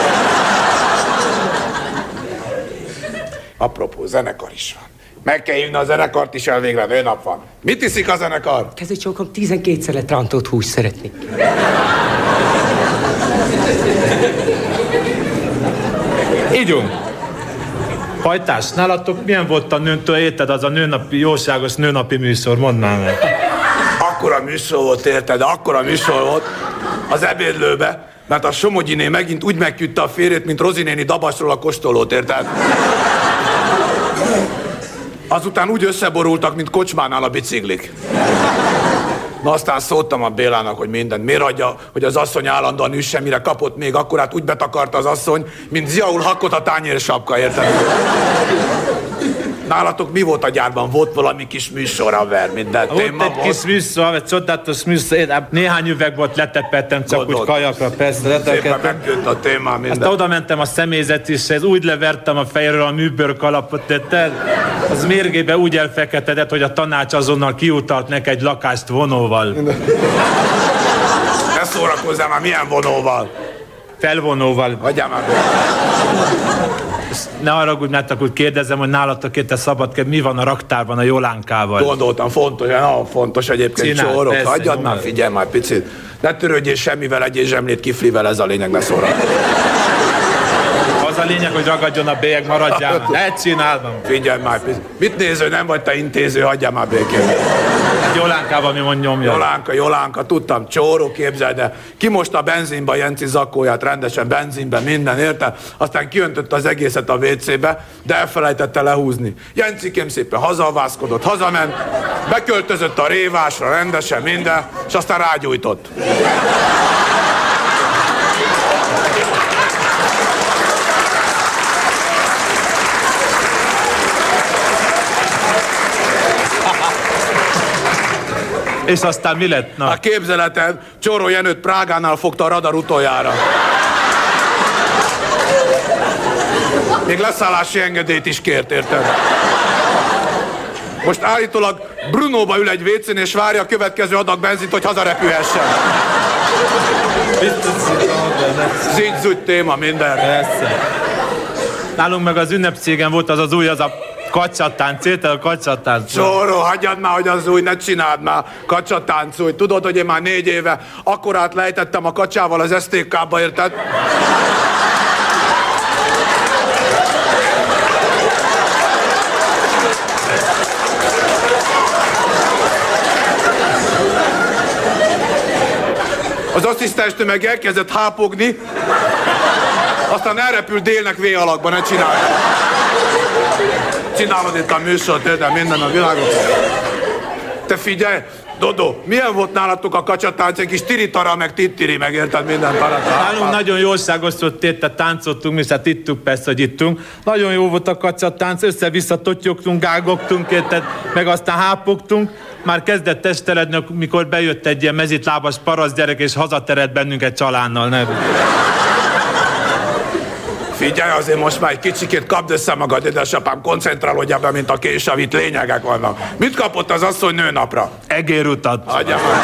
Apropó, zenekar is van. Meg kell hívni a zenekart is, elvégre nőnap van. Mit iszik a zenekar? Kezdőcsókom, 12 rántott húst szeretnék. Ígyunk. Pajtás, nálatok milyen volt a nőntől, érted, az a nőnapi, jóságos nőnapi műsor, mondd már meg. Akkora műsor volt, érted, akkora műsor volt az ebédlőbe, mert a Somogyiné megint úgy megküldte a férjét, mint Rozi néni Dabasról a kóstolót, érted? Azután úgy összeborultak, mint kocsmánál a biciklik. Na aztán szóltam a Bélának, hogy mindent. Miért adja, hogy az asszony állandóan üsse, mire kapott még akkorát, úgy betakarta az asszony, mint Ziaul Hakkot a tányérsapka, érted? Nálatok mi volt a gyárban? Volt valami kis műsor, haver, minden téma volt? Egy kis műsor, egy csodálatos műsor, néhány üveg volt, letepettem, csak úgy kajakra, persze, letekedtem. Szépen megkült a téma, minden. Aztán oda mentem a személyzet is, ez úgy levertem a fejről a műbőr kalapot, tetted? Az mérgébe úgy elfeketedett, hogy a tanács azonnal kiutalt neki egy lakást vonóval. Ne szórakozzál már, milyen vonóval? Felvonóval. Hagyjál már. Ne haragudj, mert akkor kérdezem, hogy nálatok itt a szabadked, mi van a raktárban a Jolánkával? Gondoltam, fontos egyébként csórok. Hagyjad már, figyelj már picit. Ne törődjél semmivel, egyél zsemlét kiflivel, ez a lényeg, ne szórakozz. Az a lényeg, hogy ragadjon a bélyeg, maradjál már. Ne csináld már. Figyelj már picit. Mit néző, nem vagy te intéző, hagyjál már békén. Jolánkával mi mond nyomja? Jolánka, tudtam, csóró, képzeld, de kimosta a benzinbe a Jenci zakóját, rendesen benzinbe, minden, érte? Aztán kiöntötte az egészet a WC-be, de elfelejtette lehúzni. Jencikém szépen hazavászkodott, hazament, beköltözött a révásra, rendesen minden, és aztán rágyújtott. És aztán mi lett? Na. A képzeleted, Csóró Jenőt Prágánál fogta a radar utoljára. Még leszállási engedélyt is kért, érted? Most állítólag Brunóba ül egy WC-n és várja a következő adag benzint, hogy hazarepülhessen. Zügy téma, minden. Persze. Nálunk meg az ünnepcégen volt az új, az a kacsatánc, érted a kacsatánc? Csóró, hagyjad már, hogy az új, ne csináld már kacsatánc új. Tudod, hogy én már 4 éve akkorát lejtettem a kacsával az STK-ba, érted? Az asszisztensnő meg elkezdett hápogni, aztán elrepült délnek V-alakba, ne csinálj. Csinálod itt a műsort, érted, minden a világon. Te figyelj, Dodó, milyen volt nálatok a kacsatánc, egy kis tiritara, meg tittiri, meg érted, minden tarata? Nálunk nagyon jóságos volt, érted, táncoltunk, mi hát ittuk, persze, hogy ittunk. Nagyon jó volt a kacsatánc, össze-vissza totyogtunk, gágogtunk, érted, meg aztán hápogtunk. Már kezdett testeledni, mikor bejött egy ilyen mezitlábas parasztgyerek, és hazaterelt bennünket csalánnal, nem? Figyelj, azért most már egy kicsikét kapd össze magad, édesapám, koncentrálódjál be, mint a késsav, itt lényegek vannak. Mit kapott az asszony nőnapra? Egérutat. Hagyjál már.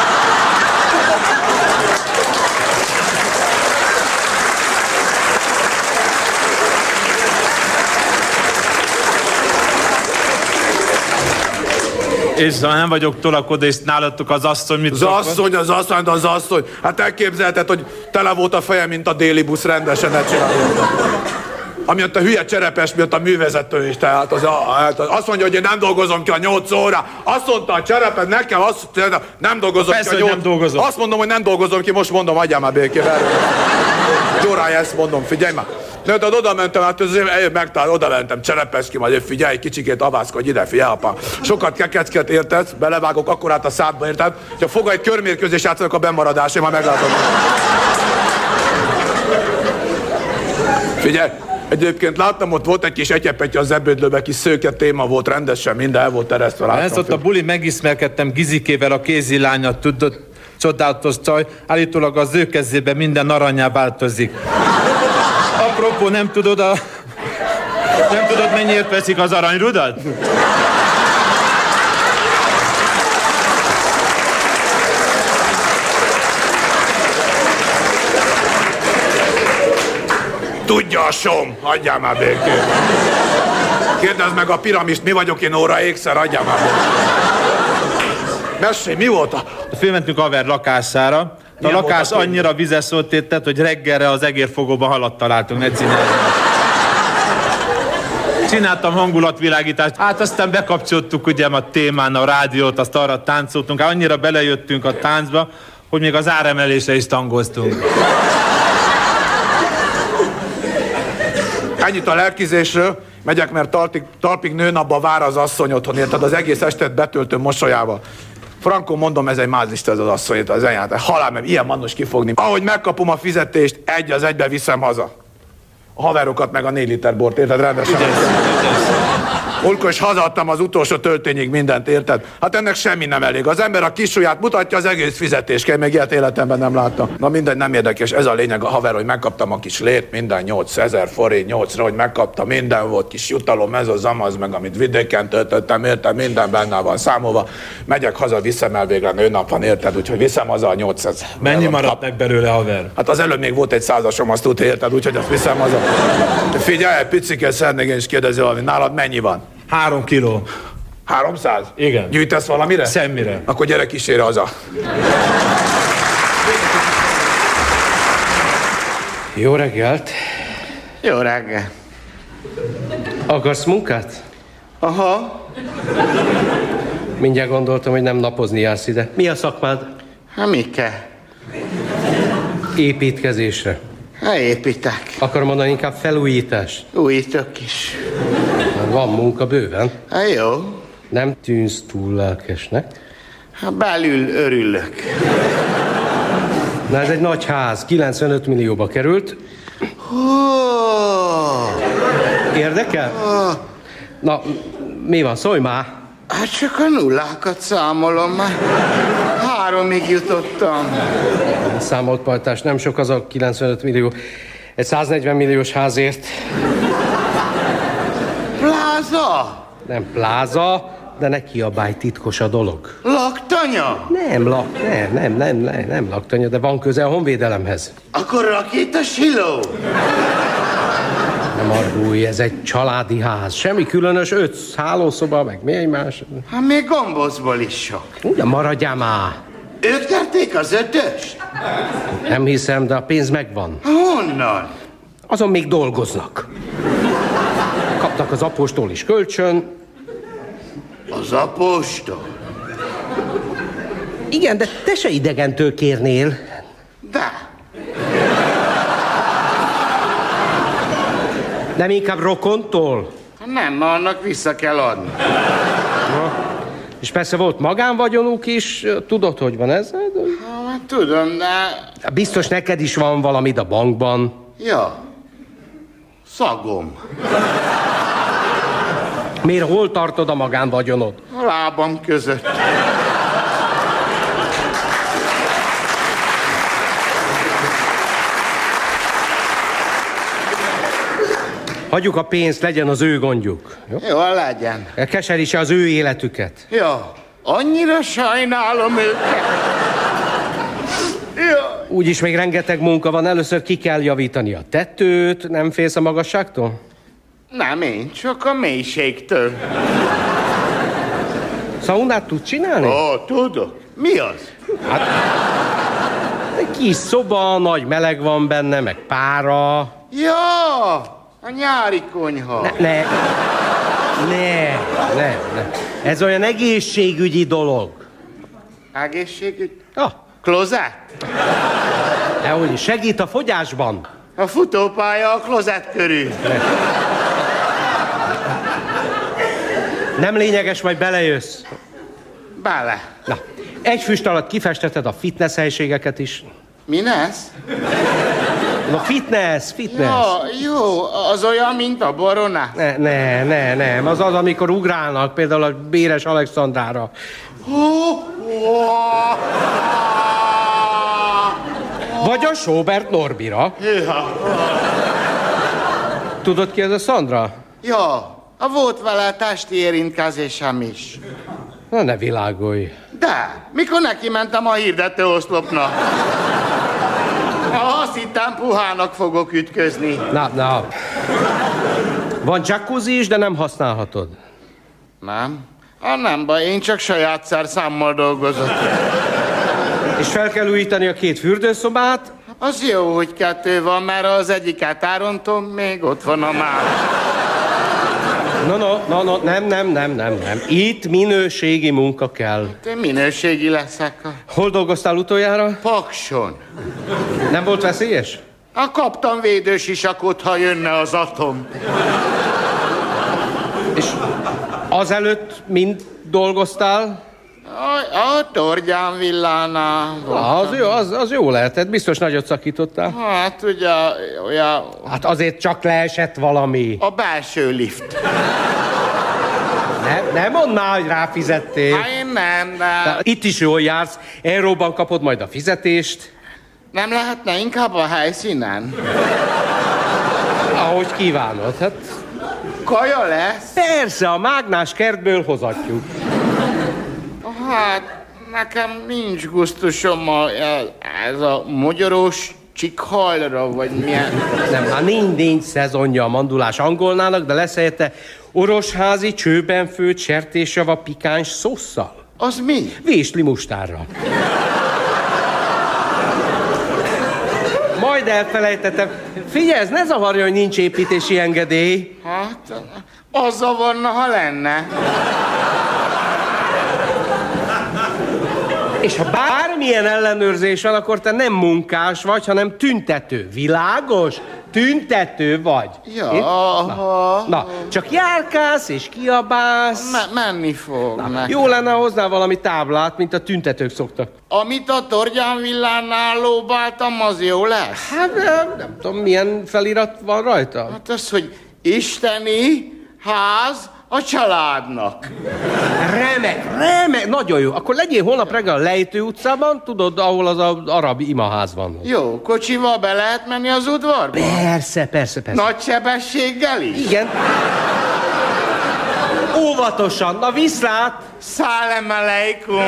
És ha nem vagyok tolakodva, és nálatok az asszony mit szokott? Az asszony. Hát elképzelheted, hogy tele volt a feje, mint a déli busz, rendesen ne csinálja. Amiatt a hülye cserepes miatt a művezető is, tehát azt mondja, hogy én nem dolgozom ki a 8 óra. Azt mondta a cserepet, nekem nem dolgozom persze, ki a 8 nem dolgozom. Azt mondom, hogy nem dolgozom ki, most mondom, hagyjál már békében. Gyorája, ezt mondom, figyelj már. De oda mentem, hát megtalál, oda mentem, Cserepeszki, majd figyelj, kicsikét avászkodj ide, figyelj, apa. Sokat kekecket érted, belevágok akkorát a szádba, érted? Ha foga egy körmérkőzés játszanak a bemaradásra, már meglátom. Figyelj, egyébként láttam, ott volt egy kis etyepetje az ebédlőben, kis szőke téma volt, rendesen, minden el volt teresztve. Ez ott a buli megismerkedtem Gizikével, a kézilányat, tudod, csodálatos csaj, állítólag az ő kezében minden aranyá változik. Apropó, nem tudod, mennyiért veszik az aranyrudat? Tudja a som, hagyjál már békét. Kérdezd meg a piramist, mi vagyok én óra ékszer, hagyjál már békét. Mesélj, mi volt a... Fölmentünk haver lakására. A lakás annyira vizes volt, érted, hogy reggelre az egérfogóban halat találtunk, ne csinálj. Csináltam hangulatvilágítást, hát aztán bekapcsoltuk ugye a témán a rádiót, azt arra táncoltunk, annyira belejöttünk a táncba, hogy még az áremelésre is tangoztunk. Ennyit a lelkizésről, megyek, mert talpig nőnapba vár az asszony otthon, érted, az egész estet betöltő mosolyával. Frankon mondom, ez egy mázlista ez az asszony, az enyát, halál, mert ilyen mannos kifogni. Ahogy megkapom a fizetést, egy az egybe viszem haza. A haverokat meg a 4 liter bort, érted, rendesen. Múltkor is hazaadtam az utolsó töltényig mindent, érted? Hát ennek semmi nem elég. Az ember a kisujját mutatja, az egész fizetés kell, még ilyet életemben nem láttam. Na mindegy, nem érdekes, ez a lényeg, a haver, hogy megkaptam a kis lét, minden 8000 forint, 8-ra, hogy megkaptam, minden volt, kis jutalom, ez az amaz, meg amit vidéken töltöttem, érted, minden benne van számolva. Megyek haza, viszem el végre, nőnap van, érted, úgyhogy viszem haza a 800. Mennyi maradt meg belőle, haver? Hát az előbb még volt egy 100-asom, azt tud, érted, úgyhogy azt viszem haza. Figyelj, picike, szeretnék én is kérdezni valamit, nálad mennyi van? 3 kiló. 300? Igen. Gyűjtesz valamire? Semmire. Akkor gyere kísérre haza. Jó reggelt. Jó reggel. Akarsz munkát? Aha. Mindjárt gondoltam, hogy nem napozni jársz ide. Mi a szakmád? Hát mi kell? Építkezésre. Hát építek. Akar mondani inkább felújítás? Újítok is. Van munka bőven. Hát jó. Nem tűnsz túl lelkesnek? Hát belül örülök. Na ez egy nagy ház, 95 millióba került. Érdekel? Na, mi van, szólj már! Hát csak a nullákat számolom már. 3-ig jutottam. Számolt pajtás, nem sok az a 95 millió. Egy 140 milliós házért. Pláza? Nem pláza, de ne kiabálj, titkos a dolog. Laktanya? Nem laktanya, de van köze a honvédelemhez. Akkor rakétasiló? Nem argulj, ez egy családi ház. Semmi különös, 5 hálószoba, meg mi egymás. Hát még gombózból is sok. De maradjál már. Ők tették az 5-öst? Nem hiszem, de a pénz megvan. Honnan? Azon még dolgoznak. Kaptak az apostól is kölcsön. Az apostol? Igen, de te se idegentől kérnél. De. Nem inkább rokontól? Nem, annak vissza kell adni. Na. És persze volt magánvagyonuk is, tudod, hogy van ez? Hát tudom, de... Biztos neked is van valamid a bankban. Ja, szagom. Miért, hol tartod a magánvagyonod? A lábam között. Hagyjuk a pénzt, legyen az ő gondjuk. Jó, legyen. Keserítse az ő életüket. Jó, annyira sajnálom őket. Jó. Úgyis még rengeteg munka van, először ki kell javítani a tetőt. Nem félsz a magasságtól? Nem, én csak a mélységtől. Szaunát tud csinálni? Ó, tudok. Mi az? Hát, egy kis szoba, nagy meleg van benne, meg pára. Ja, a nyári konyha. Ne. Ez olyan egészségügyi dolog. Egészségügy? Ah. Klozát? Dehogy segít a fogyásban. A futópálya a klozett körül. Nem lényeges, majd belejössz. Bele. Na, egy füst alatt kifesteted a fitness helységeket is. Mi lesz? Na, fitness. Jó, az olyan, mint a Borona. Nem. Az, amikor ugrálnak, például a Béres Alexandrára. Vagy a Sobert Norbira. Tudod ki ez a Szandra? Ja, volt vele testi érintkezésem is. Na, ne világolj. De, mikor neki mentem a hirdető oszlopnak. Azt hittem, puhának fogok ütközni. Na. Van jacuzzi is, de nem használhatod. Nem? Nem baj, én csak saját szerszámmal dolgozok. És fel kell újítani a 2 fürdőszobát? Az jó, hogy 2 van, mert az egyiket árontom, még ott van a más. Nem. Itt minőségi munka kell. Én minőségi leszek. Hol dolgoztál utoljára? Pakson. Nem volt veszélyes? Kaptam védősisakot, ha jönne az atom. És azelőtt mind dolgoztál? A Tordján villánál. Az jó lehetett, biztos nagyot szakítottál. Hát ugye olyan... Hát azért csak leesett valami. A belső lift. Nem mondd már, hogy ráfizettél. Hát én nem. Itt is jól jársz, Euróban kapod majd a fizetést. Nem lehetne inkább a helyszínen? Ahogy kívánod, hát... Kaja lesz? Persze, a mágnás kertből hozatjuk. Hát, nekem nincs gusztusom ez a magyaros csikhalra, vagy milyen... Nem, hát nincs szezonja a mandulás angolnának, de lesz helyette orosházi, csőben főtt sertésjava pikáns szósszal. Az mi? Vésli mustárra. Majd elfelejtettem. Figyelj, ne zavarja, hogy nincs építési engedély. Hát, az zavarna, ha lenne. És ha bármilyen ellenőrzés van, akkor te nem munkás vagy, hanem tüntető. Világos? Tüntető vagy. Ja. Na, csak járkálsz és kiabálsz. Menni fog. Jó lenne, hoznál valami táblát, mint a tüntetők szoktak. Amit a Tordján villánál lóbáltam, az jó lesz? Hát nem tudom, milyen felirat van rajta. Hát az, hogy isteni ház a családnak. Remek, nagyon jó. Akkor legyél holnap reggel a Lejtő utcában, tudod, ahol az arab imaház van. Jó, kocsival be lehet menni az udvarba? Persze. Nagy sebességgel is? Igen. Óvatosan, na viszlát! Szálem aleikum!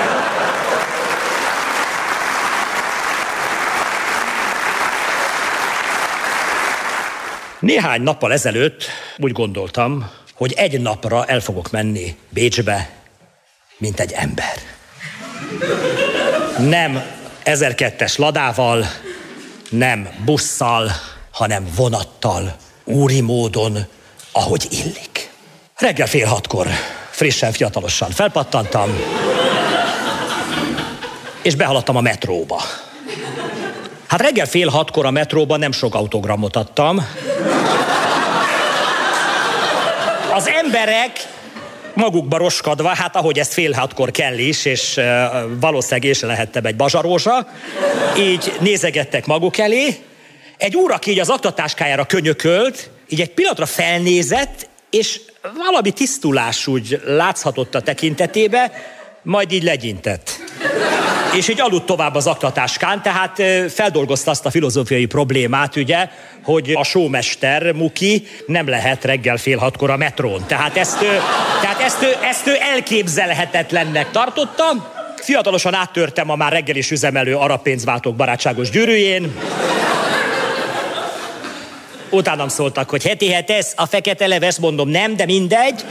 Néhány nappal ezelőtt úgy gondoltam, hogy egy napra el fogok menni Bécsbe, mint egy ember. Nem 1002-es ladával, nem busszal, hanem vonattal, úri módon, ahogy illik. Reggel 5:30 frissen, fiatalosan felpattantam, és behaladtam a metróba. Hát reggel 5:30 a metróban nem sok autogramot adtam. Az emberek magukba roskadva, hát ahogy ezt 5:30 kell is, és valószínűleg én sem lehettem egy bazsarózsa, így nézegettek maguk elé. Egy úr, aki így az aktatáskájára könyökölt, így egy pillanatra felnézett, és valami tisztulás úgy látszhatott a tekintetébe, majd így legyintett. És így aludt tovább az aktatáskán, tehát feldolgozta azt a filozófiai problémát, ugye, hogy a sómester, Muki, nem lehet reggel 5:30 a metrón. Tehát ezt ő elképzelhetetlennek tartotta. Fiatalosan áttörtem a már reggel is üzemelő arab pénzváltók barátságos gyűrűjén. Utánam szóltak, hogy heti hetesz, a fekete leves, mondom nem, de mindegy.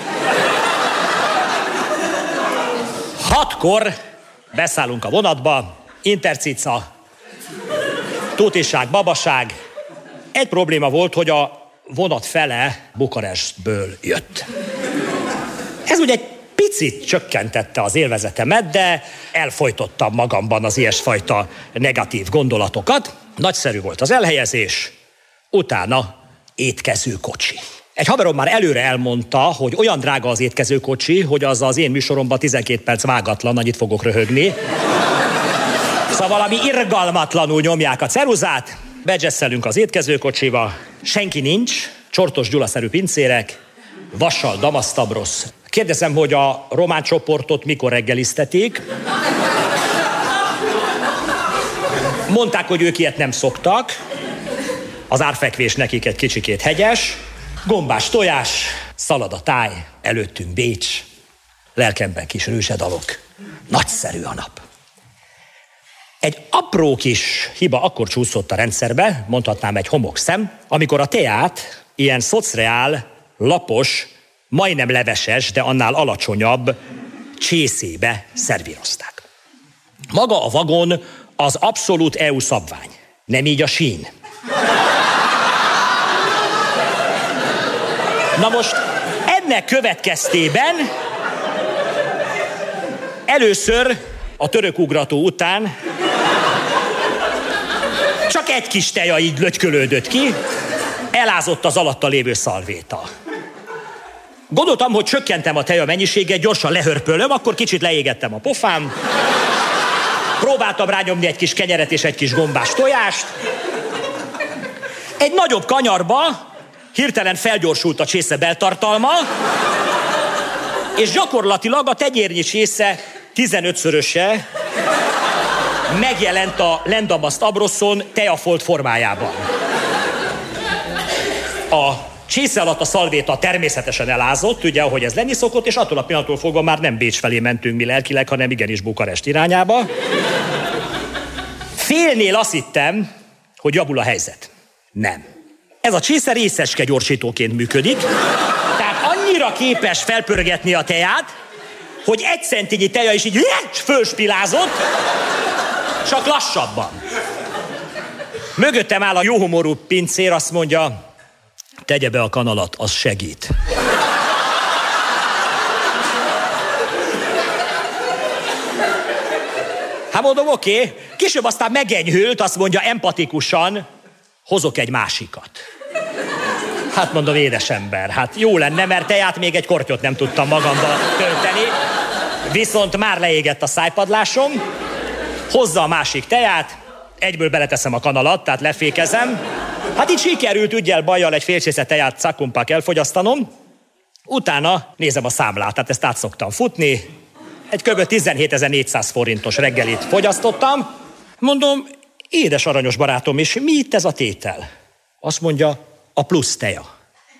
6-kor beszállunk a vonatba, intercica, tutiság, babaság. Egy probléma volt, hogy a vonat fele Bukarestből jött. Ez ugye egy picit csökkentette az élvezetemet, de elfojtottam magamban az ilyesfajta negatív gondolatokat. Nagyszerű volt az elhelyezés, Utána étkezőkocsi. Egy haverom már előre elmondta, hogy olyan drága az étkezőkocsi, hogy az én műsoromban 12 perc vágatlan, annyit fogok röhögni. Szóval valami irgalmatlanul nyomják a ceruzát, bedzsesszelünk az étkezőkocsiba, senki nincs, Csortos Gyula-szerű pincérek, vassal damasztabrosz. Kérdezem, hogy a román csoportot mikor reggeliztetik. Mondták, hogy ők ilyet nem szoktak. Az árfekvés nekik egy kicsikét hegyes. Gombás tojás, szalad a táj, előttünk Bécs, lelkemben kis rőzsedalok. Nagyszerű a nap. Egy apró kis hiba akkor csúszott a rendszerbe, mondhatnám egy homokszem, amikor a teát ilyen szocreál, lapos, majdnem leveses, de annál alacsonyabb csészébe szervírozták. Maga a vagon az abszolút EU szabvány, nem így a sín. Na most ennek következtében először a törökugrató után csak egy kis teja így lögykölődött ki, elázott az alatta lévő szalvéta. Gondoltam, hogy csökkentem a teja mennyiséget, gyorsan lehörpölöm, akkor kicsit leégettem a pofám, próbáltam rányomni egy kis kenyeret és egy kis gombás tojást. Egy nagyobb kanyarba hirtelen felgyorsult a csésze beltartalma, és gyakorlatilag a tegyérnyi csésze 15-szöröse megjelent a lendamaszt abroszon teafolt formájában. A csésze alatt a szalvéta természetesen elázott, ugye, ahogy ez lenni szokott, és attól a pillanattól fogva már nem Bécs felé mentünk mi lelkileg, hanem igenis Bukarest irányába. Félnél azt hittem, hogy javul a helyzet. Nem. Ez a csésze részecske gyorsítóként működik, tehát annyira képes felpörgetni a teját, hogy 1 centinyi teja is így fölspilázott, csak lassabban. Mögöttem áll a jóhumorú pincér, azt mondja, tegye be a kanalat, az segít. Hát mondom, oké. Később aztán megenyhült, azt mondja empatikusan, hozok egy másikat. Hát mondom, édes ember, hát jó lenne, mert teját még egy kortyot nem tudtam magamba tölteni, viszont már leégett a szájpadlásom, hozza a másik teját, egyből beleteszem a kanalat, tehát lefékezem. Hát így sikerült üggyel, bajjal egy fél csésze teját cakumpák elfogyasztanom, utána nézem a számlát, tehát ezt át szoktam futni, egy kb. 17.400 forintos reggelit fogyasztottam, mondom, édes aranyos barátom, és mi itt ez a tétel? Azt mondja, a plusz teja.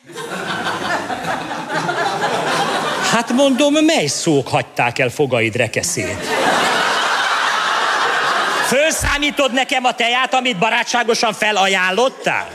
Hát mondom, mely szók hagyták el fogaid rekeszét? Fölszámítod nekem a teját, amit barátságosan felajánlottál?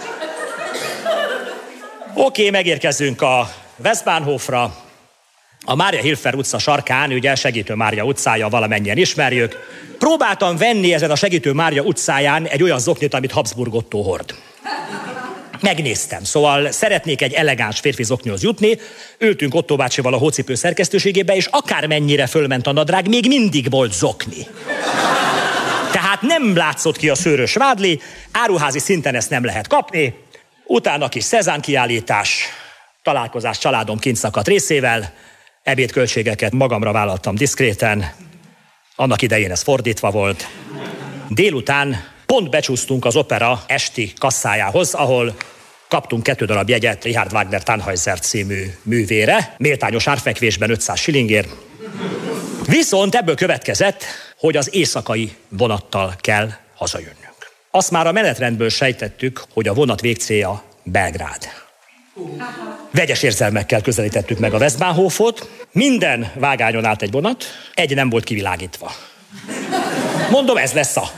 Oké, megérkezünk a Westbahnhofra, a Mária Hilfer utca sarkán, ugye Segítő Mária utcája, valamennyien ismerjük. Próbáltam venni ezen a Segítő Mária utcáján egy olyan zoknit, amit Habsburg Otto hord. Megnéztem, szóval szeretnék egy elegáns férfi zoknihoz jutni, ültünk Otto bácsival a hócipő szerkesztőségébe, és akármennyire fölment a nadrág, még mindig volt zokni. Tehát nem látszott ki a szőrös vádli, áruházi szinten ezt nem lehet kapni, utána kis szezán kiállítás, találkozás családom kint szakadt részével, ebédköltségeket magamra vállaltam diszkréten, annak idején ez fordítva volt. Délután pont becsúsztunk az opera esti kasszájához, ahol kaptunk 2 darab jegyet Richard Wagner Tannhäuser című művére, méltányos árfekvésben 500 shillingért. Viszont ebből következett, hogy az éjszakai vonattal kell hazajönnünk. Azt már a menetrendből sejtettük, hogy a vonat végcélja Belgrád. Vegyes érzelmekkel közelítettük meg a Westbahnhofot, minden vágányon állt egy vonat, egy nem volt kivilágítva. Mondom, ez lesz a...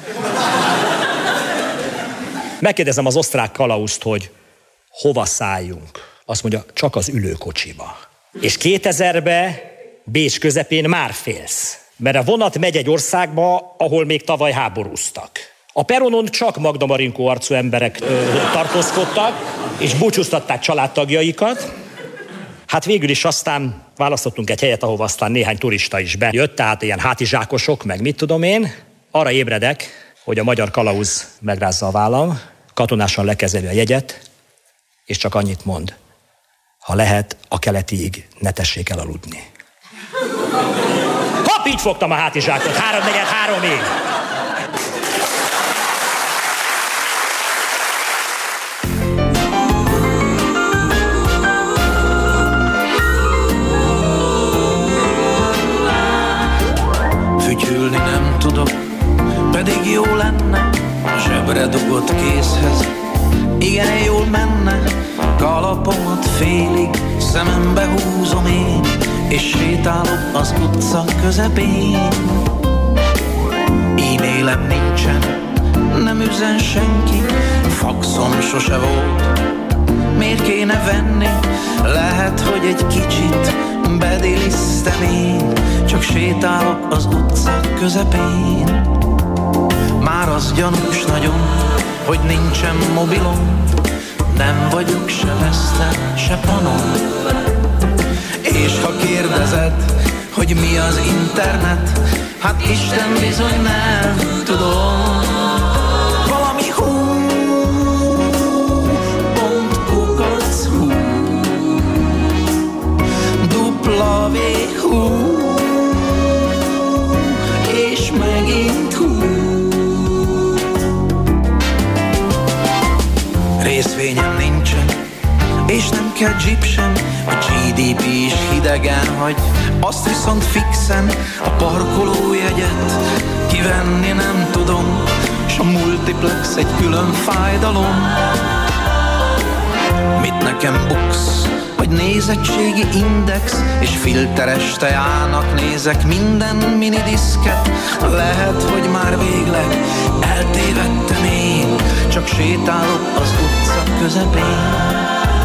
Megkérdezem az osztrák kalauzt, hogy hova szálljunk. Azt mondja, csak az ülőkocsiba. És 2000-be Bécs közepén már félsz, mert a vonat megy egy országba, ahol még tavaly háborúztak. A peronon csak Magda Marinkó arcú emberek tartózkodtak, és búcsúztatták családtagjaikat. Hát végül is aztán választottunk egy helyet, ahova aztán néhány turista is bejött, tehát ilyen hátizsákosok, meg mit tudom én. Arra ébredek, hogy a magyar kalauz megrázza a vállam. katonásan lekezeli a jegyet, és csak annyit mond: ha lehet, a keletiig ne tessék el aludni. Hopp, így fogtam a hátizsákot, 3-4-3-ig. Fütyülni nem tudok, pedig jó lenne, zsebre dugott kézhez. Igen, jól menne, kalapomat félig szemembe húzom én, és sétálok az utca közepén. E-mailem nincsen, nem üzen senki, faxom sose volt, miért kéne venni? Lehet, hogy egy kicsit bedélisztem én, csak sétálok az utca közepén. Már az gyanús nagyon, hogy nincsen mobilom, nem vagyok se veszte, se panon. És ha kérdezed, hogy mi az internet, hát Isten bizony nem tudom. Valami hú.kukac.hu, W.H. és megint hú. Részvényem nincsen, és nem kell dzsip sem, a GDP is hidegen hagy, azt viszont fixen, a parkolójegyet kivenni nem tudom, s a multiplex egy külön fájdalom. Mit nekem buksz, hogy nézettségi index, és filteres teának nézek minden minidiszket. Lehet, hogy már végleg eltévedtem én, csak sétálok az utca közepén.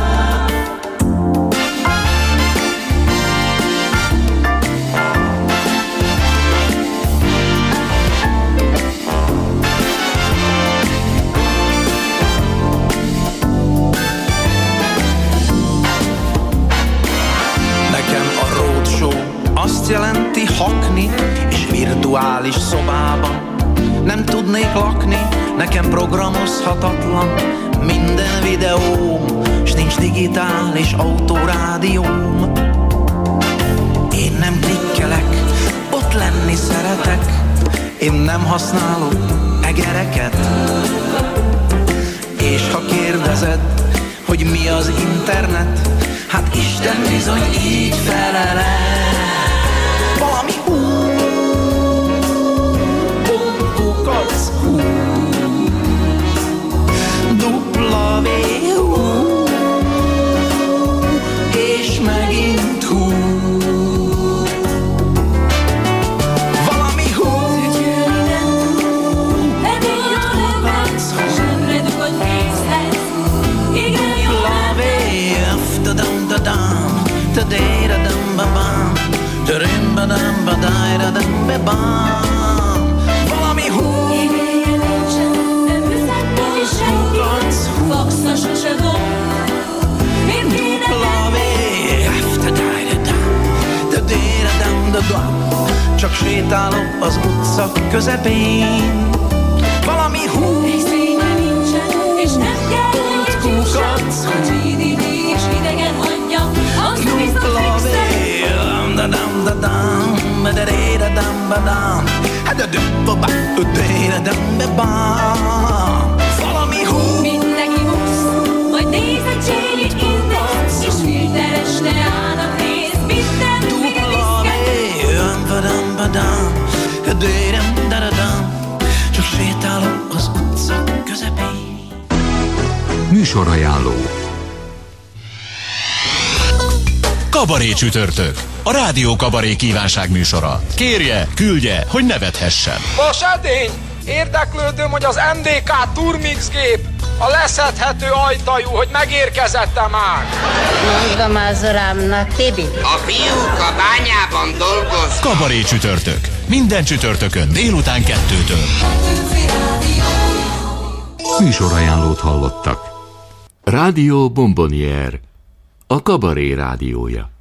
Azt jelenti hakni, és virtuális szobában nem tudnék lakni, nekem programozhatatlan minden videóm, s nincs digitális autorádióm. Én nem klikkelek, ott lenni szeretek, én nem használok egereket. És ha kérdezed, hogy mi az internet, hát Isten bizony így felel. Valami hú.kukac.hu, W.H. és megint hú. Valami hú.kukac.hu, W.H. da-dam-da-dam, valami hú. Igénye nincsen, nem üzenni senki, faxna sose volt, miért kéne csak sétálok az utca közepén. Valami hú. Részvénye nincsen, és nem kell egy csúszat, a GDP is idegen hagyja, azt viszont fixen. Valami hú. Mindenki busz, vagy nézettségi index, és filteres teának néz minden csak sétálok az utca közepén. Műsorajánló. Kabaré csütörtök. A Rádió Kabaré kívánság műsora. Kérje, küldje, hogy nevethessen. Vas edény! Érdeklődöm, hogy az MDK Turmix gép a leszedhető ajtajú, hogy megérkezette már. Mondom az uramnak, Tibi. A fiúk a bányában dolgoz. Kabaré csütörtök. Minden csütörtökön délután 2-től. Műsorajánlót hallottak. Rádió Bombonier, a kabaré rádiója.